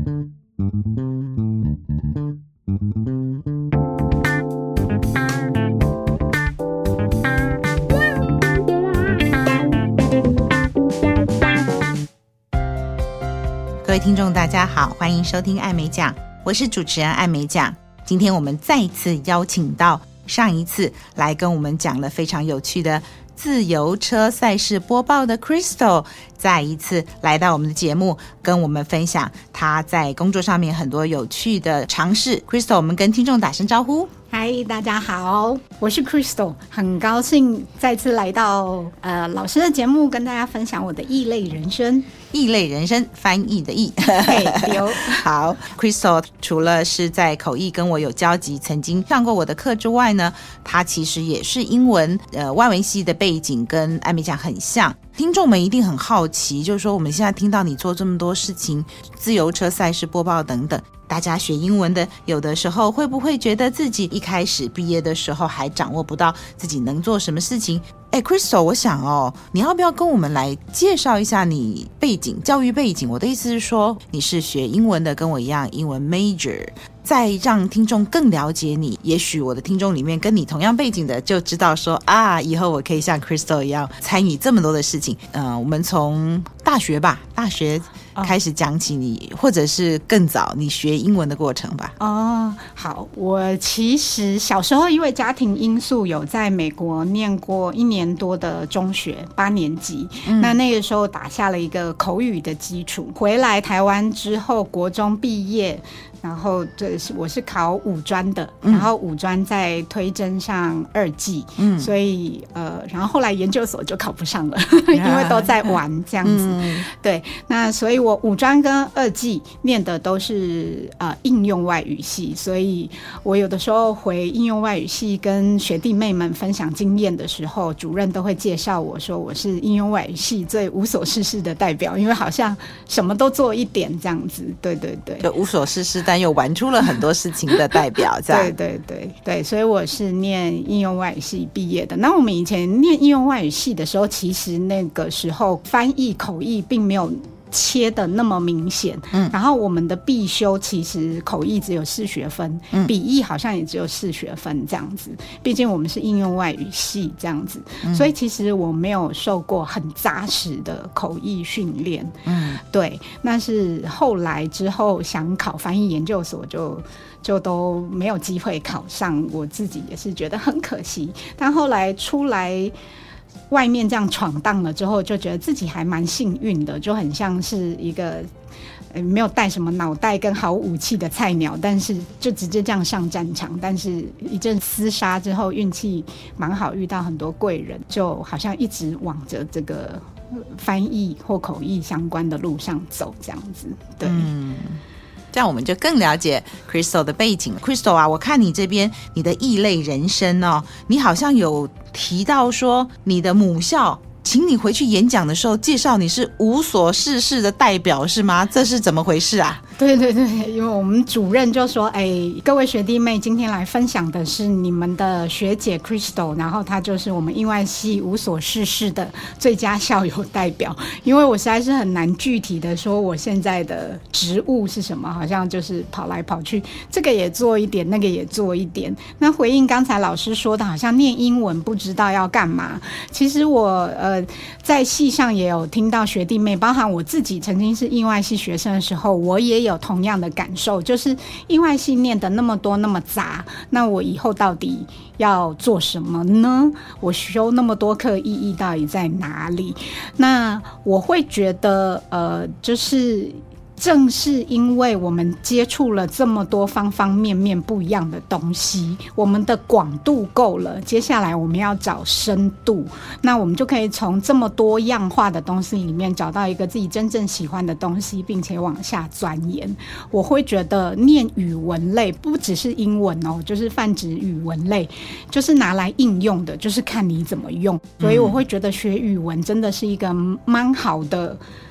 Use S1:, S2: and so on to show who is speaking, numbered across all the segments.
S1: 各位听众大家好，欢迎收听艾美奖，我是主持人艾美奖。今天我们再一次邀请到上一次来跟我们讲了非常有趣的自由车赛事播报的 Crystal， 再一次来到我们的节目，跟我们分享她在工作上面很多有趣的尝试。 Crystal， 我们跟听众打声招呼。
S2: 嗨，大家好，我是 Crystal， 很高兴再次来到老师的节目，跟大家分享我的异类人生。
S1: 异类人生，翻译的译。好 ，Crystal 除了是在口译跟我有交集，曾经上过我的课之外呢，他其实也是英文外文系的背景，跟艾美奖很像。听众们一定很好奇，就是说我们现在听到你做这么多事情，自由车赛事播报等等，大家学英文的有的时候会不会觉得自己一开始毕业的时候还掌握不到自己能做什么事情？Crystal， 我想你要不要跟我们来介绍一下你背景，教育背景？我的意思是说，你是学英文的，跟我一样英文 major， 再让听众更了解你。也许我的听众里面跟你同样背景的就知道说啊，以后我可以像 Crystal 一样参与这么多的事情。我们从大学开始讲起你，或者是更早你学英文的过程吧。
S2: 好，我其实小时候因为家庭因素有在美国念过1年多的中学8年级，那个时候打下了一个口语的基础。回来台湾之后，国中毕业，然后我是考五专的，然后五专再推甄上2技，所以然后后来研究所就考不上了，因为都在玩这样子。对，那所以我五专跟2技念的都是应用外语系，所以我有的时候回应用外语系跟学弟妹们分享经验的时候，主任都会介绍我说我是应用外语系最无所事事的代表，因为好像什么都做一点这样子。对对对，
S1: 就无所事事但又玩出了很多事情的代表这样。
S2: 对，所以我是念应用外语系毕业的。那我们以前念应用外语系的时候，其实那个时候翻译口译并没有切的那么明显，然后我们的必修其实口译只有4学分，笔译好像也只有4学分这样子，毕竟我们是应用外语系这样子，所以其实我没有受过很扎实的口译训练。对，那是后来之后想考翻译研究所就都没有机会考上，我自己也是觉得很可惜。但后来出来外面这样闯荡了之后，就觉得自己还蛮幸运的，就很像是一个没有带什么脑袋跟好武器的菜鸟，但是就直接这样上战场，但是一阵厮杀之后运气蛮好，遇到很多贵人，就好像一直往着这个翻译或口译相关的路上走这样子。对，
S1: 这样我们就更了解 Crystal 的背景。 Crystal 啊，我看你这边你的异类人生你好像有提到说你的母校请你回去演讲的时候介绍你是无所事事的代表，是吗？这是怎么回事啊？
S2: 对，因为我们主任就说各位学弟妹，今天来分享的是你们的学姐 Crystal， 然后她就是我们英外系无所事事的最佳校友代表。因为我实在是很难具体的说我现在的职务是什么，好像就是跑来跑去，这个也做一点，那个也做一点。那回应刚才老师说的，好像念英文不知道要干嘛，其实我在系上也有听到学弟妹，包含我自己曾经是英外系学生的时候，我也有同样的感受，就是英外系念的那么多那么杂，那我以后到底要做什么呢？我修那么多课意义到底在哪里？那我会觉得就是正是因为我们接触了这么多方方面面不一样的东西，我们的广度够了，接下来我们要找深度，那我们就可以从这么多样化的东西里面找到一个自己真正喜欢的东西，并且往下钻研。我会觉得念语文类不只是英文就是泛指语文类，就是拿来应用的，就是看你怎么用。所以我会觉得学语文真的是一个蛮好的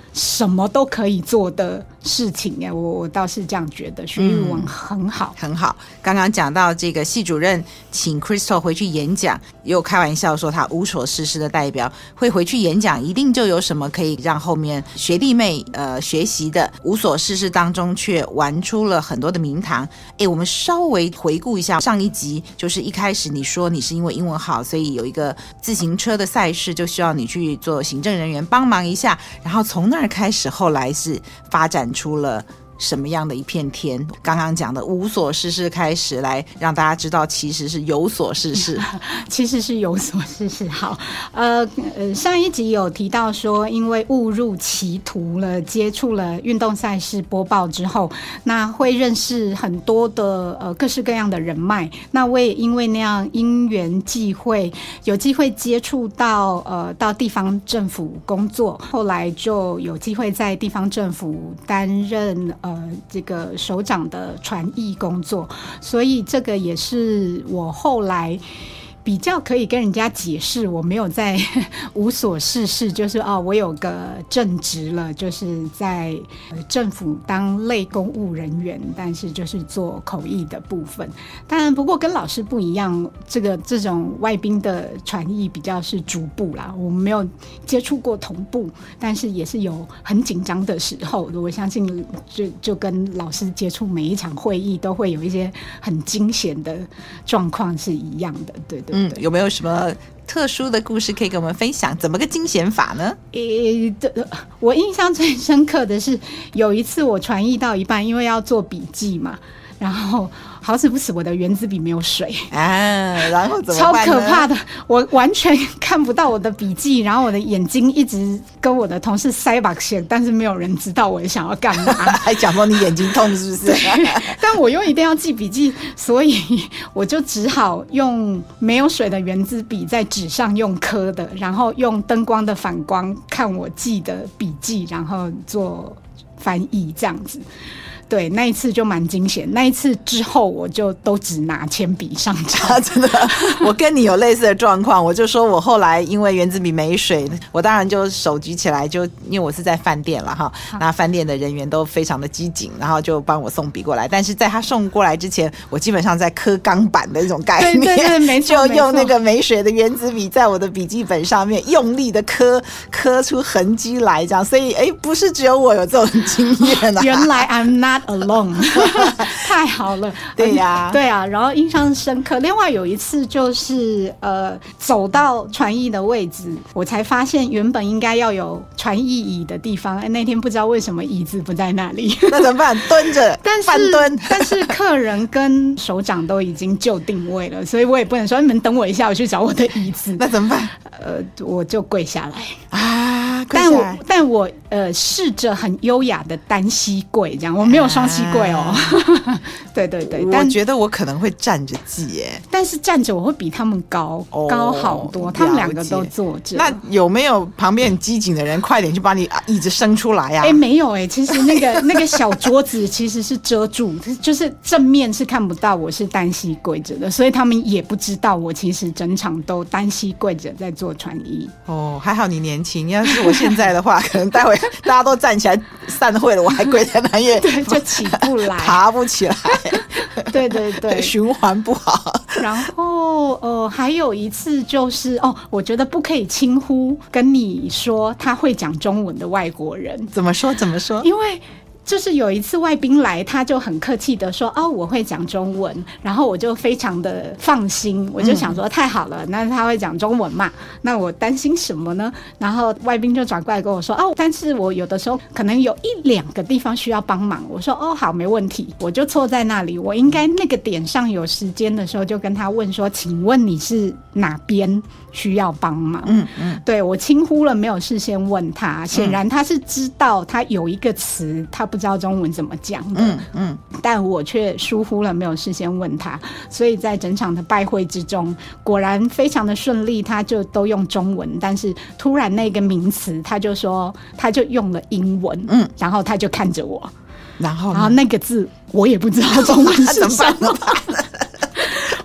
S2: 什么都可以做的事情耶，我倒是这样觉得，学语文很好，
S1: 很好。刚刚讲到这个系主任请 Crystal 回去演讲，也有开玩笑说他无所事事的代表会回去演讲，一定就有什么可以让后面学弟妹学习的，无所事事当中却玩出了很多的名堂。我们稍微回顾一下上一集，就是一开始你说你是因为英文好，所以有一个自行车的赛事就需要你去做行政人员帮忙一下，然后从那儿开始后来是发展出了什么样的一片天？刚刚讲的无所事事开始，来让大家知道其实是有所事事
S2: 其实是有所事事。好，上一集有提到说，因为误入歧途了，接触了运动赛事播报之后，那会认识很多的各式各样的人脉。那我也因为那样因缘际会，有机会接触到到地方政府工作，后来就有机会在地方政府担任这个首长的传译工作，所以这个也是我后来比较可以跟人家解释我没有在无所事事，就是我有个正职了，就是在政府当类公务人员，但是就是做口译的部分。当然不过跟老师不一样，这种外宾的传译比较是逐步啦，我们没有接触过同步，但是也是有很紧张的时候，我相信就跟老师接触每一场会议都会有一些很惊险的状况是一样的。对对，
S1: 有没有什么特殊的故事可以跟我们分享？怎么个惊险法呢？
S2: 我印象最深刻的是有一次我传译到一半，因为要做笔记嘛，然后好死不死我的原子笔没有水
S1: 然后怎么办呢？
S2: 超可怕的，我完全看不到我的笔记，然后我的眼睛一直跟我的同事塞把线，但是没有人知道我想要干嘛
S1: 还讲说你眼睛痛是不是？
S2: 但我又一定要记笔记，所以我就只好用没有水的原子笔在纸上用刻的，然后用灯光的反光看我记的笔记，然后做翻译这样子。对，那一次就蛮惊险。那一次之后，我就都只拿铅笔上场。
S1: 真的，我跟你有类似的状况。我就说我后来因为原子笔没水，我当然就手举起来，就因为我是在饭店了哈，那饭店的人员都非常的机警，然后就帮我送笔过来。但是在他送过来之前，我基本上在刻钢板的一种概念，
S2: 对，没错，
S1: 就用那个没水的原子笔在我的笔记本上面用力的刻出痕迹来，这样。所以不是只有我有这种经验啊。
S2: 原来 I'm not alone 太好了。
S1: 对呀，
S2: 对啊，然后印象深刻。另外有一次就是走到传译的位置，我才发现原本应该要有传译椅的地方，那天不知道为什么椅子不在那里。
S1: 那怎么办？蹲着，半蹲。
S2: 但是客人跟首长都已经就定位了，所以我也不能说你们等我一下，我去找我的椅子。
S1: 那怎么办？
S2: 我就跪下来
S1: 啊！
S2: 但我试着很优雅的单膝跪，这样我没有双膝跪哦。对，
S1: 我觉得我可能会站着记耶，
S2: 但是站着我会比他们高好多，他们两个都坐着。
S1: 那有没有旁边很机警的人快点去把你椅子伸出来啊？
S2: 没有其实那个小桌子其实是遮住，就是正面是看不到我是单膝跪着的，所以他们也不知道我其实整场都单膝跪着在做传译。
S1: 还好你年轻，要是我现在的话可能待会大家都站起来散会了，我还跪在那里
S2: 对，就起不来，
S1: 爬不起来。
S2: 对，
S1: 循环不好。
S2: 然后还有一次就是我觉得不可以轻忽跟你说他会讲中文的外国人。
S1: 怎么说？
S2: 因为就是有一次外宾来，他就很客气的说我会讲中文，然后我就非常的放心，我就想说太好了，那他会讲中文嘛，那我担心什么呢？然后外宾就转过来跟我说但是我有的时候可能有1-2个地方需要帮忙。我说好，没问题。我就坐在那里，我应该那个点上有时间的时候就跟他问说，请问你是哪边需要帮忙？对，我轻忽了，没有事先问他，显然他是知道他有一个词他不知道中文怎么讲的，但我却疏忽了，没有事先问他，所以在整场的拜会之中，果然非常的顺利，他就都用中文，但是突然那个名词他就说，他就用了英文，然后他就看着我，然后那个字我也不知道中文是什么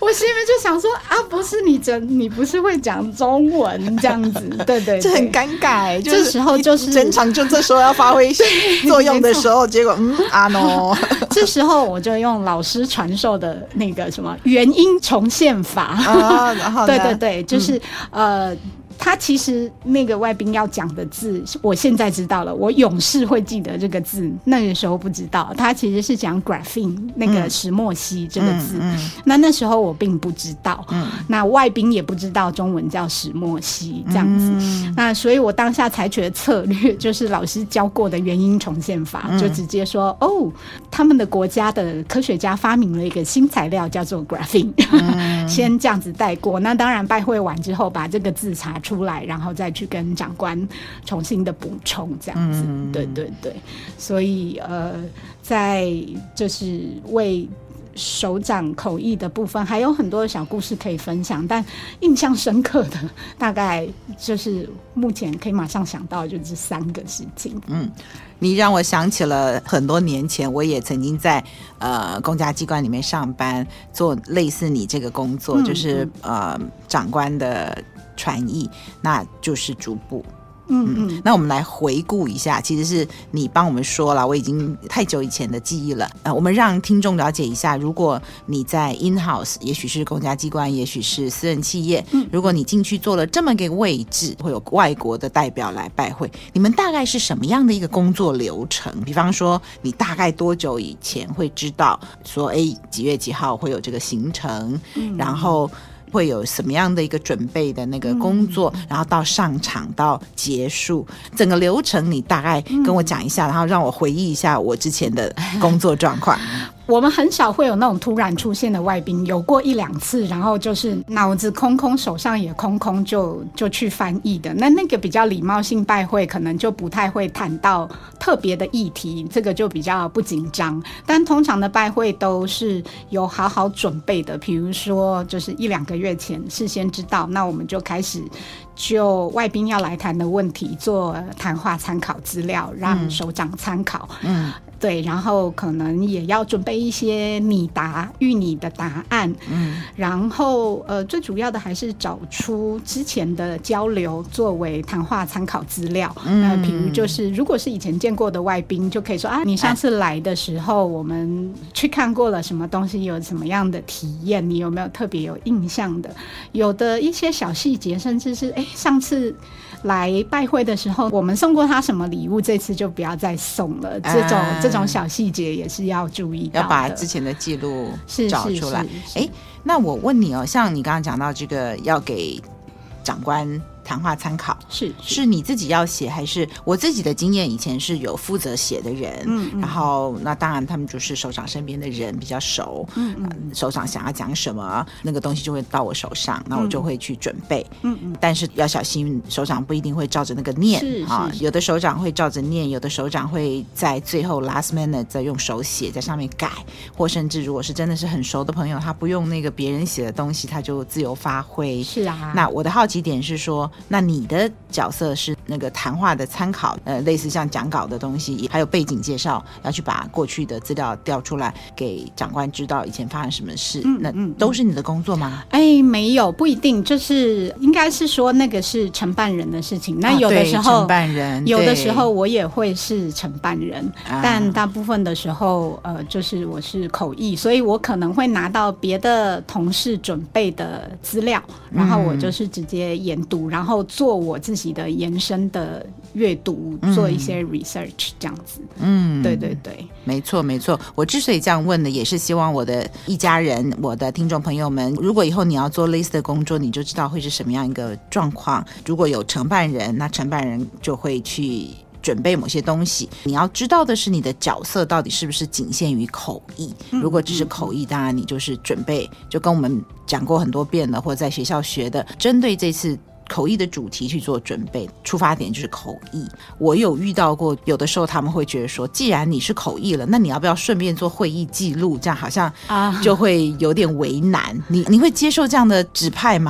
S2: 我心里面就想说啊，不是你不是会讲中文这样子，对对对，
S1: 这很尴尬，
S2: 这时候就是
S1: 整场就这时候要发挥作用的时候，结果no，
S2: 这时候我就用老师传授的那个什么元音重现法
S1: 然后
S2: 对对对，就是他其实那个外宾要讲的字，我现在知道了，我永世会记得这个字，那个时候不知道。他其实是讲 graphene 那个石墨烯这个字，那时候我并不知道，那外宾也不知道中文叫石墨烯这样子，那所以我当下采取的策略就是老师教过的元音重现法，就直接说他们的国家的科学家发明了一个新材料叫做 graphene，先这样子带过。那当然拜会完之后把这个字查出来，然后再去跟长官重新的补充这样子，对对对，所以在就是为首长口译的部分还有很多小故事可以分享，但印象深刻的大概就是目前可以马上想到就这3个事情。
S1: 你让我想起了很多年前，我也曾经在公家机关里面上班，做类似你这个工作，就是长官的传译，那就是逐步。那我们来回顾一下，其实是你帮我们说了，我已经太久以前的记忆了。我们让听众了解一下，如果你在 in-house， 也许是公家机关，也许是私人企业，如果你进去做了这么个位置，会有外国的代表来拜会，你们大概是什么样的一个工作流程？比方说，你大概多久以前会知道说，几月几号会有这个行程，然后会有什么样的一个准备的那个工作，然后到上场到结束整个流程，你大概跟我讲一下，然后让我回忆一下我之前的工作状况。
S2: 我们很少会有那种突然出现的外宾，有过1-2次，然后就是脑子空空手上也空空就去翻译的，那个比较礼貌性拜会，可能就不太会谈到特别的议题，这个就比较不紧张。但通常的拜会都是有好好准备的，比如说就是1-2个月前事先知道，那我们就开始就外宾要来谈的问题做谈话参考资料，让首长参考。对，然后可能也要准备一些拟答预拟的答案，然后最主要的还是找出之前的交流作为谈话参考资料。比如就是如果是以前见过的外宾，就可以说你上次来的时候我们去看过了什么东西，有什么样的体验，你有没有特别有印象的？有的一些小细节，甚至是上次来拜会的时候我们送过他什么礼物，这次就不要再送了，这种小细节也是要注意到的，
S1: 要把之前的记录找出来。那我问你像你刚刚讲到这个要给长官谈话参考，是你自己要写，还是我自己的经验以前是有负责写的人，然后那当然他们就是首长身边的人比较熟，首长想要讲什么，那个东西就会到我手上，那我就会去准备，但是要小心，首长不一定会照着那个念有的首长会照着念，有的首长会在最后 last minute 再用手写在上面改，或甚至如果是真的是很熟的朋友，他不用那个别人写的东西，他就自由发挥。
S2: 是啊，
S1: 那我的好奇点是说，那你的角色是那个谈话的参考，类似像讲稿的东西，还有背景介绍，要去把过去的资料调出来给长官知道以前发生什么事，那都是你的工作吗？
S2: 没有，不一定，就是应该是说那个是承办人的事情。那有的时候
S1: 承办人，
S2: 有的时候我也会是承办人，但大部分的时候就是我是口译，所以我可能会拿到别的同事准备的资料，然后我就是直接研读，然后做我自己的延伸的阅读，做一些 research 这样子。对对对，
S1: 没错没错。我之所以这样问呢，也是希望我的一家人，我的听众朋友们，如果以后你要做类似的工作，你就知道会是什么样一个状况。如果有承办人，那承办人就会去准备某些东西，你要知道的是你的角色到底是不是仅限于口译。如果只是口译，当然你就是准备，就跟我们讲过很多遍了，或者在学校学的，针对这次口译的主题去做准备，出发点就是口译。我有遇到过，有的时候他们会觉得说，既然你是口译了，那你要不要顺便做会议记录？这样好像就会有点为难。你会接受这样的指派吗？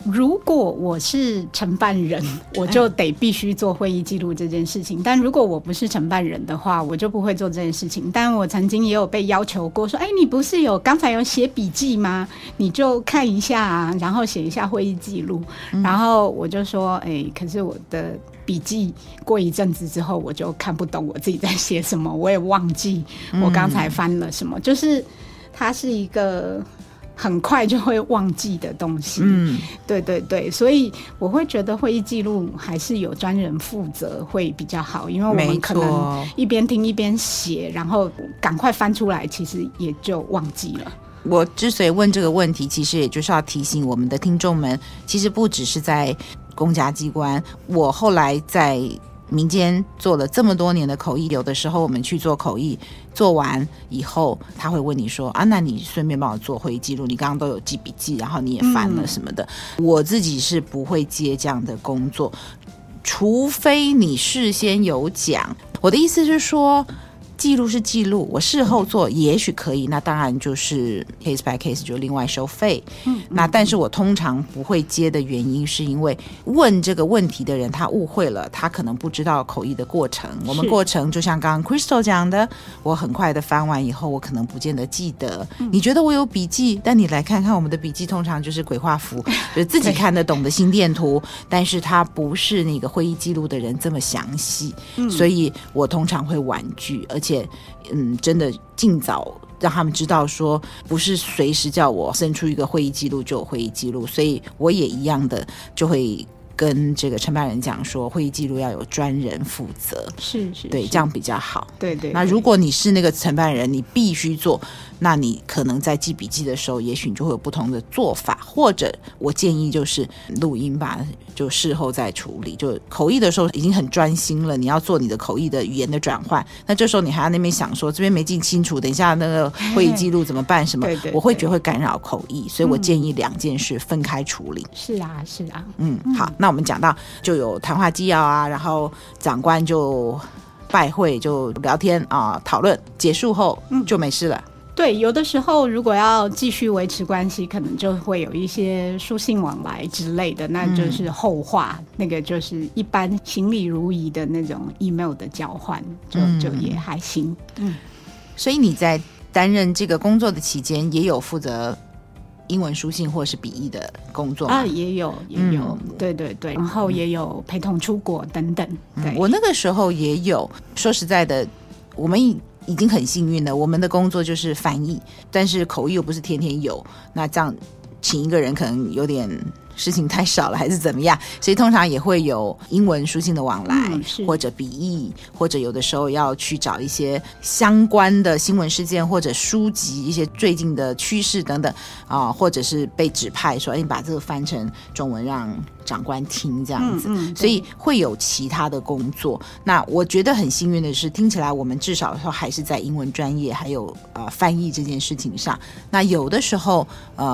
S2: 如果我是承办人，我就得必须做会议记录这件事情，但如果我不是承办人的话，我就不会做这件事情。但我曾经也有被要求过说，你不是刚才有写笔记吗？你就看一下啊，然后写一下会议记录。然后我就说可是我的笔记过一阵子之后我就看不懂我自己在写什么，我也忘记我刚才翻了什么，就是它是一个很快就会忘记的东西。对对对，所以我会觉得会议记录还是有专人负责会比较好，因为我们可能一边听一边写，然后赶快翻出来，其实也就忘记了。
S1: 我之所以问这个问题，其实也就是要提醒我们的听众们，其实不只是在公家机关，我后来在民间做了这么多年的口译，有的时候我们去做口译，做完以后他会问你说那你顺便帮我做会议记录，你刚刚都有记笔记，然后你也翻了什么的。我自己是不会接这样的工作，除非你事先有讲。我的意思是说，记录是记录，我事后做也许可以，那当然就是 case by case 就另外收费。那但是我通常不会接的原因是因为问这个问题的人他误会了，他可能不知道口译的过程。我们过程就像刚刚 Crystal 讲的，我很快的翻完以后我可能不见得记得。你觉得我有笔记，但你来看看我们的笔记通常就是鬼画符，就是自己看得懂的心电图，但是它不是那个会议记录的人这么详细。所以我通常会婉拒，而且真的尽早让他们知道说，不是随时叫我生出一个会议记录就有会议记录。所以我也一样的就会跟这个承办人讲说，会议记录要有专人负责。
S2: 是
S1: 对，这样比较好。
S2: 对对。
S1: 那如果你是那个承办人，你必须做，那你可能在记笔记的时候也许你就会有不同的做法，或者我建议就是录音吧，就事后再处理。就口译的时候已经很专心了，你要做你的口译的语言的转换，那这时候你还要那边想说这边没记清楚，等一下那个会议记录怎么办什么，
S2: 对对对，
S1: 我会觉得会干扰口译，所以我建议两件事分开处理。
S2: 是啊是啊。
S1: 好，那我们讲到就有谈话纪要啊，然后长官就拜会，就聊天啊，讨论结束后就没事了。
S2: 对，有的时候如果要继续维持关系，可能就会有一些书信往来之类的，那就是后话，那个就是一般行礼如仪的那种 email 的交换，就也还行。
S1: 所以你在担任这个工作的期间，也有负责英文书信或是笔译的工作吗？
S2: 也有，对对对，然后也有陪同出国等等。对，
S1: 我那个时候也有。说实在的，我们已经很幸运了，我们的工作就是翻译，但是口译又不是天天有，那这样请一个人可能有点事情太少了还是怎么样，所以通常也会有英文书信的往来，或者笔译，或者有的时候要去找一些相关的新闻事件或者书籍，一些最近的趋势等等或者是被指派说你把这个翻成中文让长官听这样子，所以会有其他的工作。那我觉得很幸运的是，听起来我们至少说还是在英文专业还有翻译这件事情上。那有的时候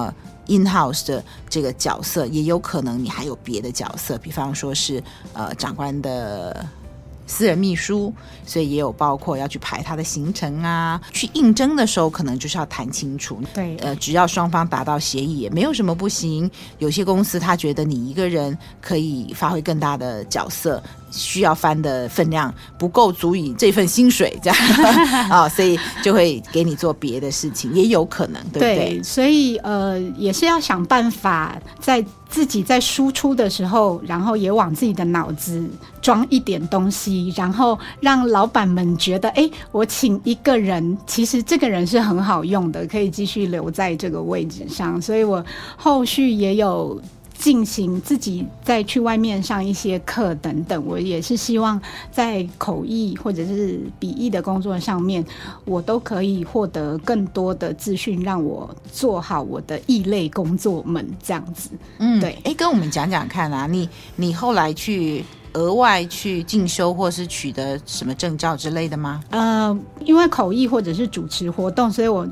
S1: in-house 的这个角色也有可能你还有别的角色，比方说是长官的私人秘书，所以也有包括要去排他的行程啊，去应征的时候可能就是要谈清楚。
S2: 对，
S1: 只要双方达到协议也没有什么不行。有些公司他觉得你一个人可以发挥更大的角色，需要翻的分量不够足以这份薪水这样所以就会给你做别的事情，也有可能，对不对？
S2: 对，所以也是要想办法在自己在输出的时候，然后也往自己的脑子装一点东西，然后让老板们觉得我请一个人，其实这个人是很好用的，可以继续留在这个位置上。所以我后续也有进行自己再去外面上一些课等等，我也是希望在口译或者是笔译的工作上面，我都可以获得更多的资讯，让我做好我的异类工作们这样子。对，
S1: 跟我们讲讲看啊，你后来去额外去进修或是取得什么证照之类的吗？
S2: 因为口译或者是主持活动，所以我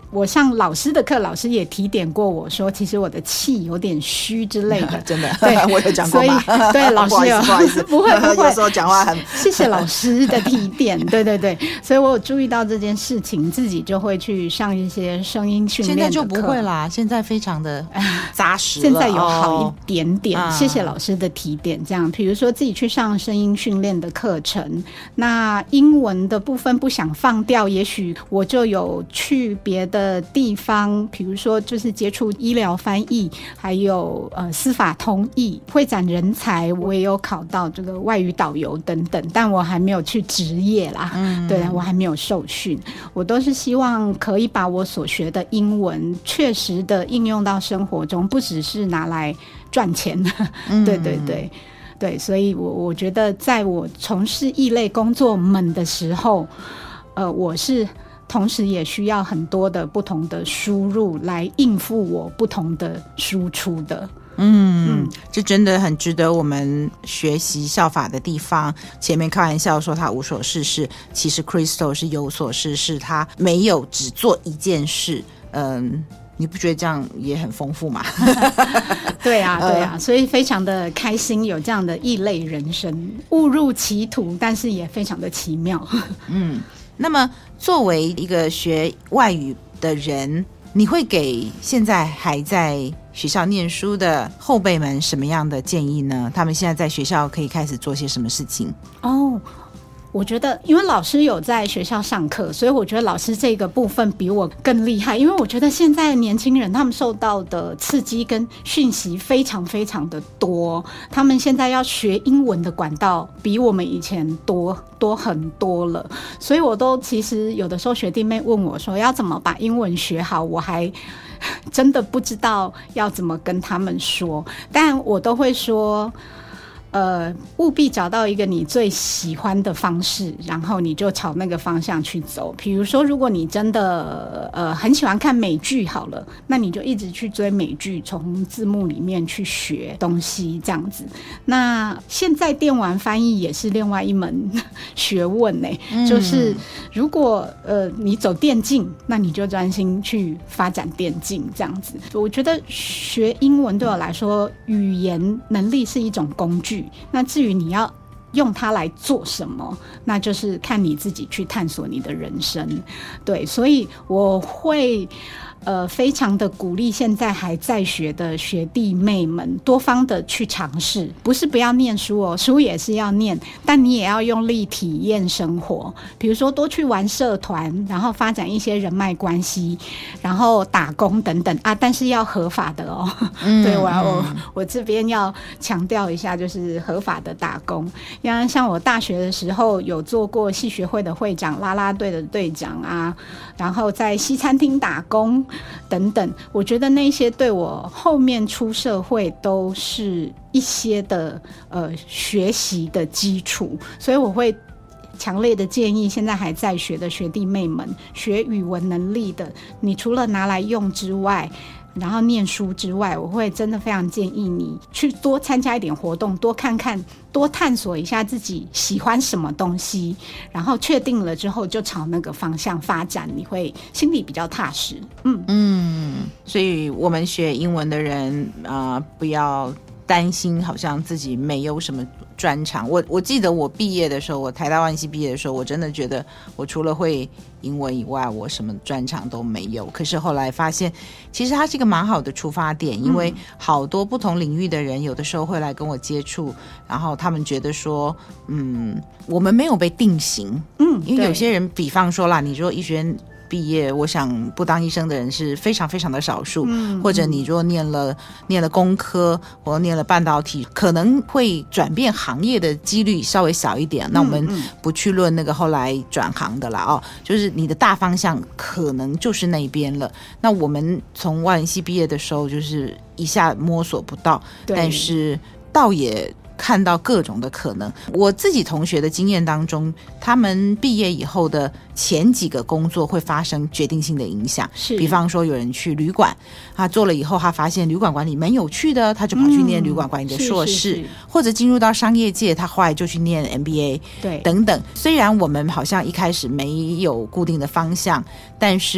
S2: 我上老师的课，老师也提点过我说，其实我的气有点虚之类的。
S1: 真的，
S2: 对，
S1: 我有讲过吗？
S2: 对，老师有，
S1: 不好意思，
S2: 不会，
S1: 有时候讲话很
S2: 谢谢老师的提点。对对对，所以我有注意到这件事情，自己就会去上一些声音训练的课。
S1: 现在就不会啦，现在非常的扎实了，
S2: 现在有好一点点。谢谢老师的提点。这样，比如说自己去上声音训练的课程，那英文的部分不想放掉，也许我就有去别的地方，比如说就是接触医疗翻译，还有司法通译、会展人才，我也有考到这个外语导游等等，但我还没有去职业啦。对，我还没有受训。我都是希望可以把我所学的英文确实的应用到生活中，不只是拿来赚钱。对对对对，所以我觉得在我从事异类工作们的时候，我是同时也需要很多的不同的输入来应付我不同的输出的。
S1: 这真的很值得我们学习效法的地方。前面开玩笑说他无所事事，其实 Crystal 是有所事事，他没有只做一件事。你不觉得这样也很丰富吗？
S2: 对啊对啊，所以非常的开心有这样的异类人生，误入歧途，但是也非常的奇妙。
S1: 那么作为一个学外语的人，你会给现在还在学校念书的后辈们什么样的建议呢？他们现在在学校可以开始做些什么事情？
S2: 我觉得因为老师有在学校上课，所以我觉得老师这个部分比我更厉害。因为我觉得现在年轻人他们受到的刺激跟讯息非常非常的多，他们现在要学英文的管道比我们以前多很多了。所以我都其实有的时候学弟妹问我说要怎么把英文学好，我还真的不知道要怎么跟他们说，但我都会说务必找到一个你最喜欢的方式，然后你就朝那个方向去走。比如说如果你真的很喜欢看美剧好了，那你就一直去追美剧，从字幕里面去学东西这样子。那现在电玩翻译也是另外一门学问就是如果你走电竞，那你就专心去发展电竞这样子。我觉得学英文对我来说，语言能力是一种工具，那至于你要用它来做什么，那就是看你自己去探索你的人生。对，所以我会非常的鼓励现在还在学的学弟妹们多方的去尝试，不是不要念书哦，书也是要念，但你也要用力体验生活。比如说多去玩社团，然后发展一些人脉关系，然后打工等等啊，但是要合法的哦。对，我这边要强调一下，就是合法的打工。像我大学的时候有做过系学会的会长、啦啦队的队长啊，然后在西餐厅打工等等，我觉得那些对我后面出社会都是一些的学习的基础，所以我会强烈的建议现在还在学的学弟妹们，学语文能力的，你除了拿来用之外，然后念书之外，我会真的非常建议你去多参加一点活动，多看看，多探索一下自己喜欢什么东西，然后确定了之后就朝那个方向发展，你会心里比较踏实。
S1: 所以我们学英文的人不要担心好像自己没有什么专长。我记得我毕业的时候，我台大外系毕业的时候，我真的觉得我除了会英文以外，我什么专长都没有。可是后来发现其实它是一个蛮好的出发点，因为好多不同领域的人有的时候会来跟我接触，然后他们觉得说我们没有被定型。因为有些人比方说啦，你说医学院毕业，我想不当医生的人是非常非常的少数，或者你如果念了工科或念了半导体，可能会转变行业的几率稍微小一点。那我们不去论那个后来转行的啦就是你的大方向可能就是那边了。那我们从外文系毕业的时候，就是一下摸索不到，但是倒也看到各种的可能。我自己同学的经验当中，他们毕业以后的前几个工作会发生决定性的影响。比方说有人去旅馆，他做了以后他发现旅馆管理蛮有趣的，他就跑去念旅馆管理的硕士，或者进入到商业界，他后来就去念 MBA 等等。虽然我们好像一开始没有固定的方向，但是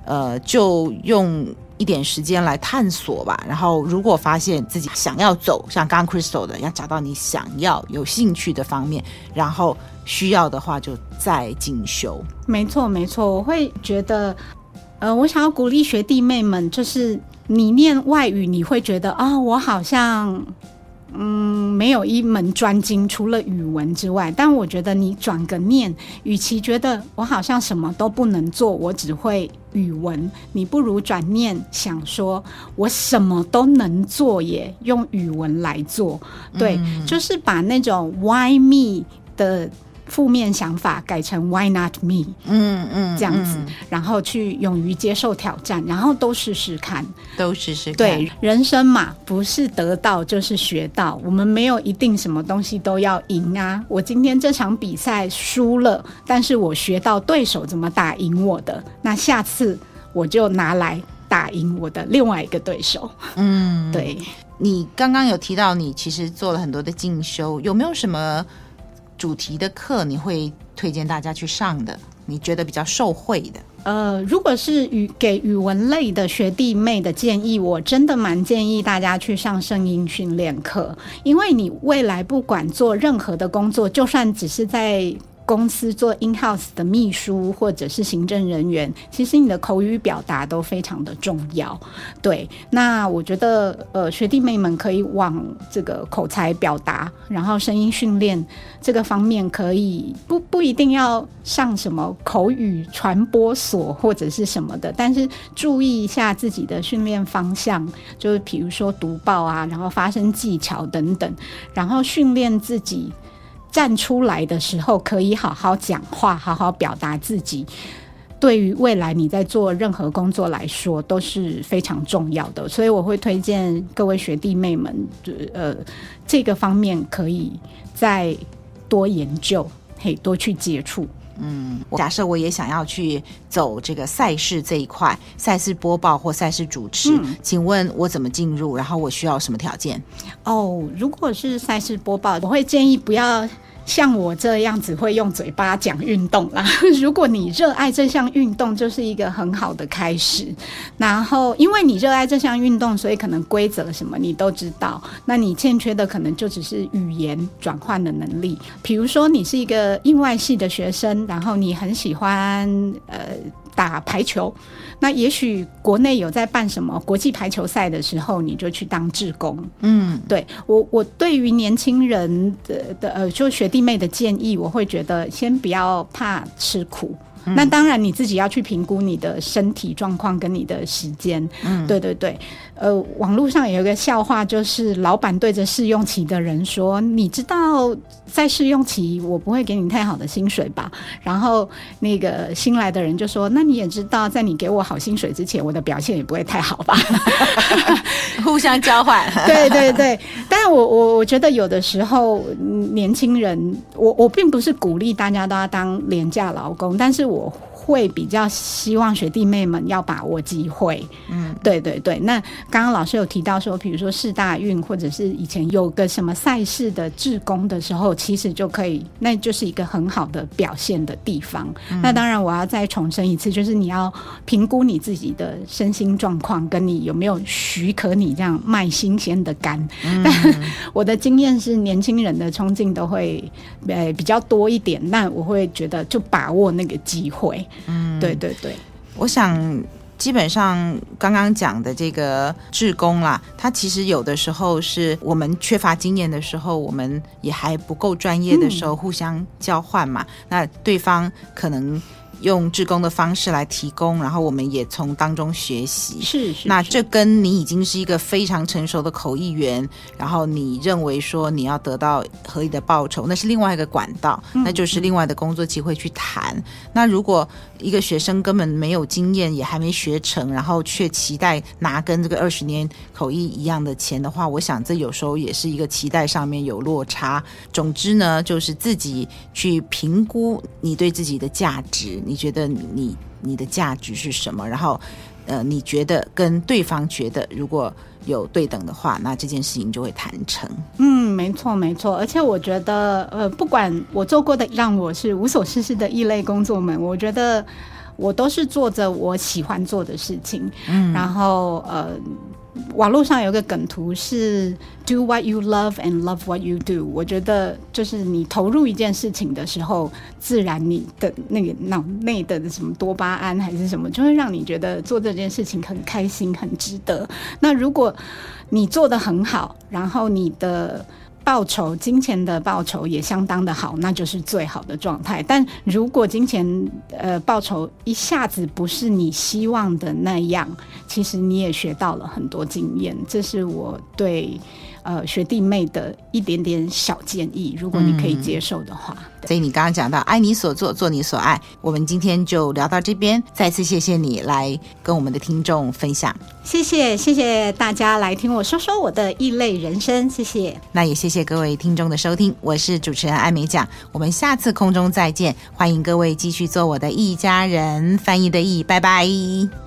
S1: 就用一点时间来探索吧，然后如果发现自己想要走，像刚刚 Crystal 的，要找到你想要有兴趣的方面，然后需要的话就再进修。
S2: 没错没错，我会觉得我想要鼓励学弟妹们，就是你念外语你会觉得我好像没有一门专精除了语文之外，但我觉得你转个念，与其觉得我好像什么都不能做，我只会语文，你不如转念想说我什么都能做耶，用语文来做。对，就是把那种 why me 的负面想法改成 why not me， 这样子，然后去勇于接受挑战，然后都试试看。对，人生嘛，不是得到就是学到，我们没有一定什么东西都要赢啊。我今天这场比赛输了，但是我学到对手怎么打赢我的，那下次我就拿来打赢我的另外一个对手。对。
S1: 你刚刚有提到你其实做了很多的进修，有没有什么主题的课你会推荐大家去上的，你觉得比较受惠的？
S2: 如果是给语文类的学弟妹的建议，我真的蛮建议大家去上声音训练课，因为你未来不管做任何的工作，就算只是在公司做 in-house 的秘书或者是行政人员，其实你的口语表达都非常的重要。对，那我觉得学弟妹们可以往这个口才表达，然后声音训练这个方面可以不一定要上什么口语传播所或者是什么的，但是注意一下自己的训练方向，就是比如说读报啊，然后发声技巧等等，然后训练自己站出来的时候可以好好讲话，好好表达自己，对于未来你在做任何工作来说都是非常重要的。所以我会推荐各位学弟妹们这个方面可以再多研究，多去接触。
S1: 假设我也想要去走这个赛事这一块，赛事播报或赛事主持，请问我怎么进入？然后我需要什么条件？
S2: 如果是赛事播报，我会建议不要像我这样子会用嘴巴讲运动啦。如果你热爱这项运动，就是一个很好的开始。然后因为你热爱这项运动，所以可能规则什么你都知道，那你欠缺的可能就只是语言转换的能力。比如说你是一个应外系的学生，然后你很喜欢打排球，那也许国内有在办什么国际排球赛的时候，你就去当志工。对，我对于年轻人的就学弟妹的建议，我会觉得先不要怕吃苦。那当然你自己要去评估你的身体状况跟你的时间。对对对，网络上有一个笑话，就是老板对着试用期的人说，你知道在试用期我不会给你太好的薪水吧？然后那个新来的人就说，那你也知道在你给我好薪水之前，我的表现也不会太好吧？
S1: 互相交换。
S2: 对对对，但是我觉得有的时候年轻人，我并不是鼓励大家都要当廉价劳工，但是我会比较希望学弟妹们要把握机会。对对对。那刚刚老师有提到说，比如说世大运或者是以前有个什么赛事的志工的时候，其实就可以，那就是一个很好的表现的地方。那当然我要再重申一次，就是你要评估你自己的身心状况，跟你有没有许可你这样卖新鲜的肝。但我的经验是，年轻人的冲劲都会比较多一点，那我会觉得就把握那个机会。对对对。
S1: 我想基本上刚刚讲的这个志工啦，它其实有的时候是我们缺乏经验的时候，我们也还不够专业的时候互相交换嘛。那对方可能用志工的方式来提供，然后我们也从当中学习。
S2: 是。
S1: 那这跟你已经是一个非常成熟的口译员，然后你认为说你要得到合理的报酬，那是另外一个管道，那就是另外的工作机会去谈。那如果一个学生根本没有经验，也还没学成，然后却期待拿跟这个20年口译一样的钱的话，我想这有时候也是一个期待上面有落差。总之呢，就是自己去评估你对自己的价值，你觉得你的价值是什么，然后你觉得跟对方觉得如果有对等的话，那这件事情就会谈成。
S2: 没错没错。而且我觉得不管我做过的让我是无所事事的异类工作们，我觉得我都是做着我喜欢做的事情，然后网络上有个梗图是 Do what you love and love what you do， 我觉得就是你投入一件事情的时候，自然你的那个脑内的什么多巴胺还是什么，就会让你觉得做这件事情很开心很值得。那如果你做得很好，然后你的报酬，金钱的报酬也相当的好，那就是最好的状态。但如果金钱报酬一下子不是你希望的那样，其实你也学到了很多经验。这是我对学弟妹的一点点小建议，如果你可以接受的话。
S1: 所以你刚刚讲到爱你所做，做你所爱，我们今天就聊到这边，再次谢谢你来跟我们的听众分享。
S2: 谢谢大家来听我说说我的异类人生，谢谢。
S1: 那也谢谢各位听众的收听，我是主持人艾美奖，我们下次空中再见，欢迎各位继续做我的异家人，翻译的译，拜拜。